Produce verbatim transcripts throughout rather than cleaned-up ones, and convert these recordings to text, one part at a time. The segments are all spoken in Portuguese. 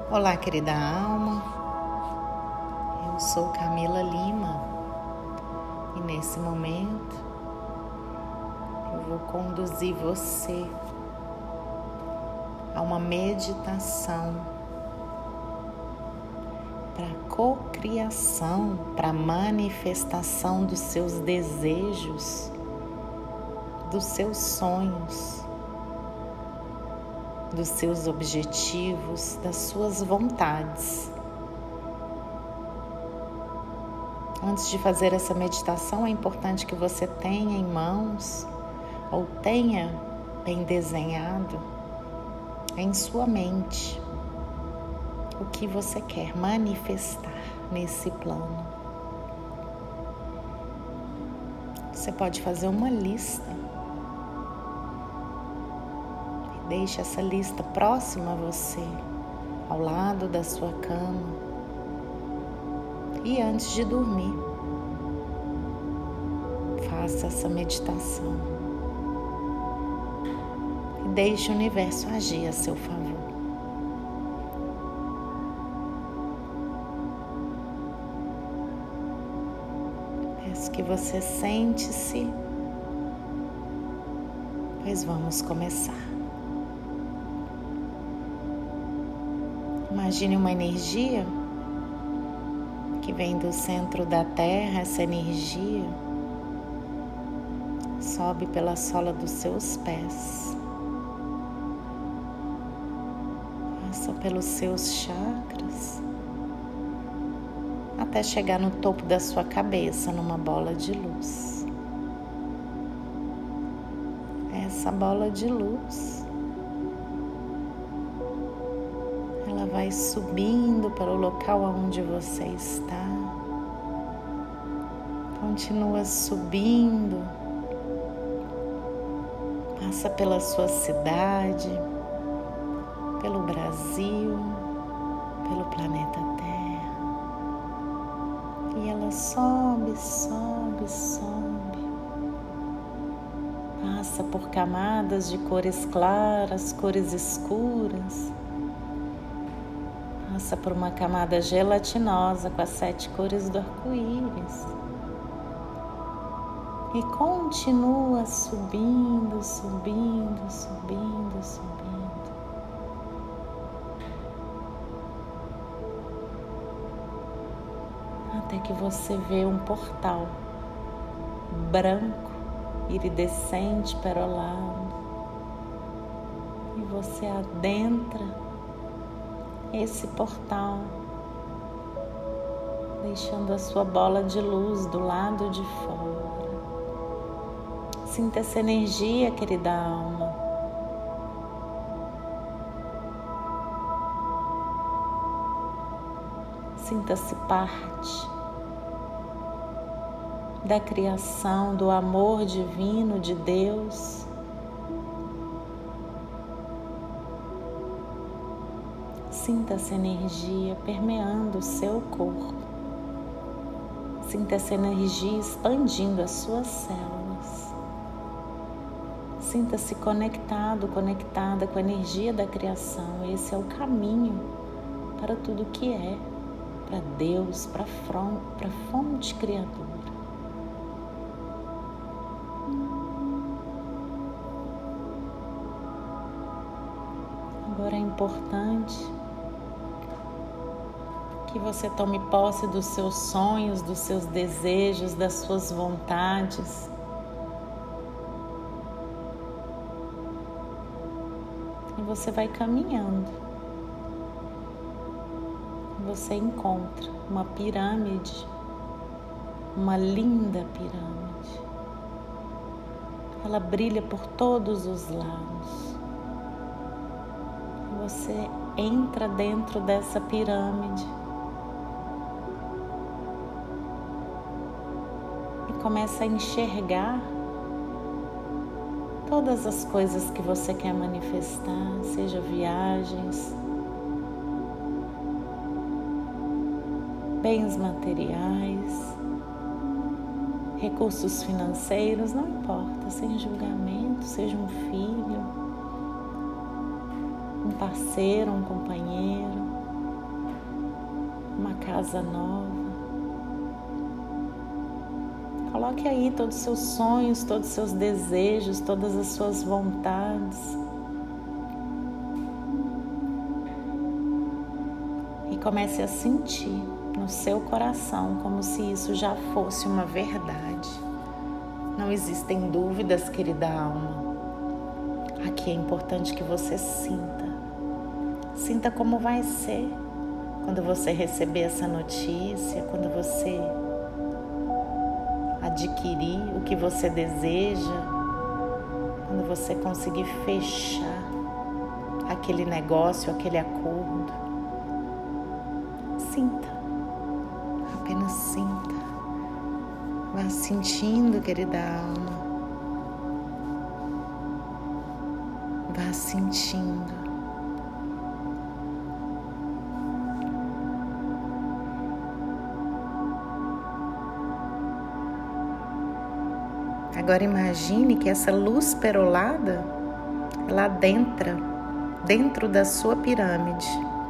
Olá, querida alma, eu sou Camila Lima e nesse momento eu vou conduzir você a uma meditação para cocriação, para manifestação dos seus desejos, dos seus sonhos, dos seus objetivos, das suas vontades. Antes de fazer essa meditação, é importante que você tenha em mãos ou tenha bem desenhado em sua mente o que você quer manifestar nesse plano. Você pode fazer uma lista. Deixe essa lista próxima a você, ao lado da sua cama. E antes de dormir, faça essa meditação. E deixe o universo agir a seu favor. Peço que você sente-se, pois vamos começar. Imagine uma energia que vem do centro da Terra. Essa energia sobe pela sola dos seus pés, passa pelos seus chakras, até chegar no topo da sua cabeça, numa bola de luz. Essa bola de luz vai subindo para o local onde você está. Continua subindo. Passa pela sua cidade, pelo Brasil, pelo planeta Terra. E ela sobe, sobe, sobe. Passa por camadas de cores claras, cores escuras. Passa por uma camada gelatinosa com as sete cores do arco-íris. E continua subindo, subindo, subindo, subindo. Até que você vê um portal branco, iridescente, perolado. E você adentra esse portal, deixando a sua bola de luz do lado de fora. Sinta essa energia, querida alma. Sinta-se parte da criação, do amor divino de Deus. Sinta essa energia permeando o seu corpo. Sinta essa energia expandindo as suas células. Sinta-se conectado, conectada com a energia da criação. Esse é o caminho para tudo que é, para Deus, para a fonte criadora. Agora é importante que você tome posse dos seus sonhos, dos seus desejos, das suas vontades. E você vai caminhando. Você encontra uma pirâmide, uma linda pirâmide. Ela brilha por todos os lados. E você entra dentro dessa pirâmide. Começa a enxergar todas as coisas que você quer manifestar, seja viagens, bens materiais, recursos financeiros, não importa, sem julgamento, seja um filho, um parceiro, um companheiro. uma casa nova. Coloque aí todos os seus sonhos, todos os seus desejos, todas as suas vontades. E comece a sentir no seu coração como se isso já fosse uma verdade. Não existem dúvidas, querida alma. Aqui é importante que você sinta. Sinta como vai ser quando você receber essa notícia, quando você adquirir o que você deseja, quando você conseguir fechar aquele negócio, aquele acordo. Sinta, apenas sinta. Vá sentindo, querida alma. Vá sentindo. Agora imagine que essa luz perolada, ela adentra dentro da sua pirâmide.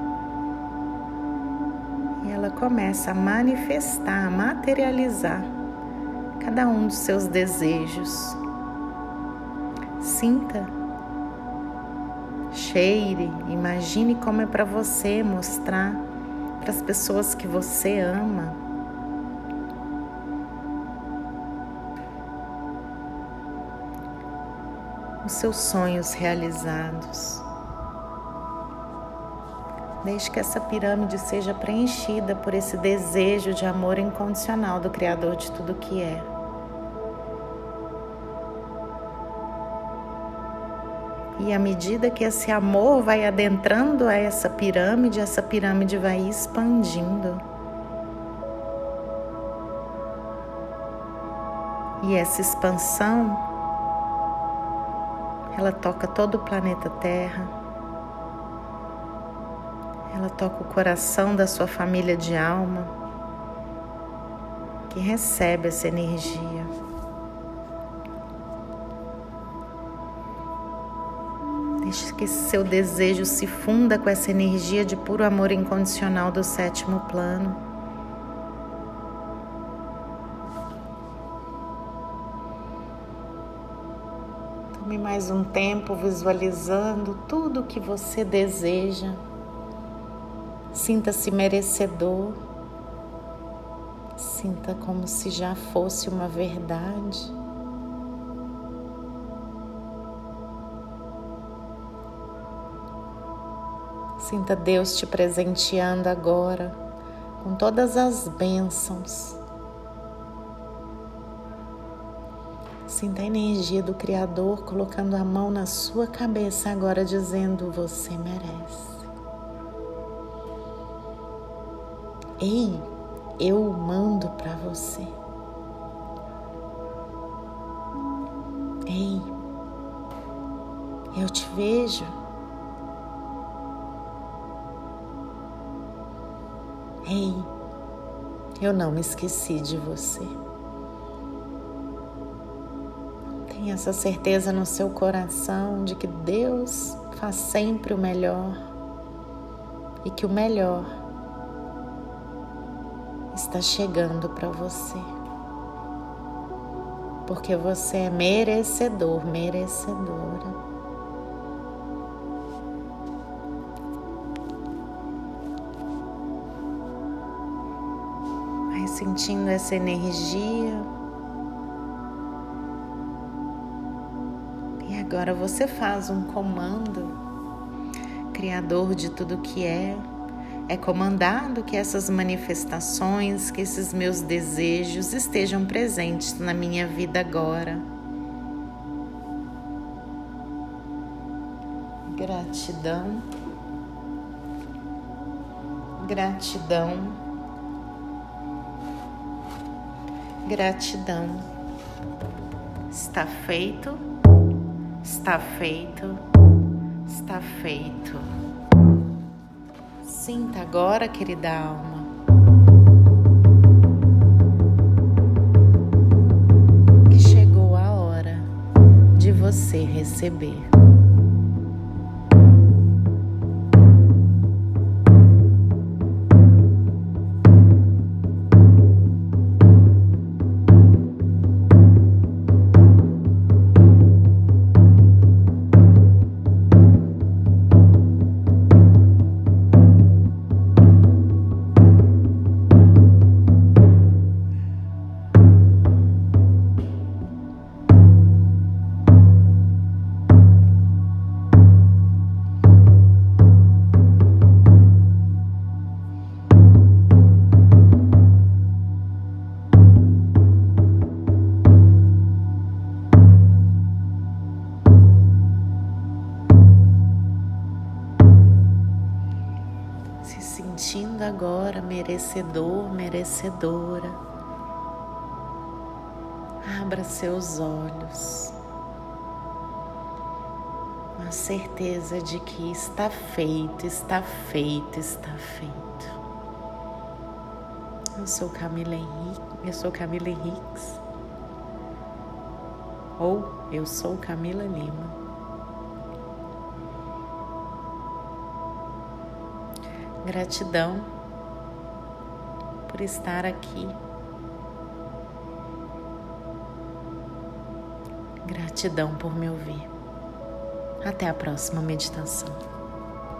E ela começa a manifestar, a materializar cada um dos seus desejos. Sinta, cheire, imagine como é para você mostrar para as pessoas que você ama os seus sonhos realizados. Deixe que essa pirâmide seja preenchida por esse desejo de amor incondicional do Criador de tudo que é. E à medida que esse amor vai adentrando a essa pirâmide, essa pirâmide vai expandindo. E essa expansão, ela toca todo o planeta Terra. Ela toca o coração da sua família de alma, que recebe essa energia. Deixe que esse seu desejo se funda com essa energia de puro amor incondicional do sétimo plano. Tome mais um tempo visualizando tudo o que você deseja. Sinta-se merecedor. Sinta como se já fosse uma verdade. Sinta Deus te presenteando agora com todas as bênçãos. Sinta a energia do Criador colocando a mão na sua cabeça agora, dizendo: você merece. Ei, eu mando para você. Ei, eu te vejo. Ei, eu não me esqueci de você. Tenha essa certeza no seu coração de que Deus faz sempre o melhor e que o melhor está chegando para você, porque você é merecedor, merecedora. Vai sentindo essa energia. E agora você faz um comando. Criador de tudo que é, é comandado que essas manifestações, que esses meus desejos estejam presentes na minha vida agora. Gratidão, gratidão, gratidão. Está feito, está feito, está feito. Sinta agora, querida alma, que chegou a hora de você receber. sentindo agora merecedor, merecedora. Abra seus olhos, a certeza de que está feito, está feito, está feito. Eu sou Camila Henrique, eu sou Camila Henriques, ou eu sou Camila Lima. Gratidão por estar aqui. Gratidão por me ouvir. Até a próxima meditação.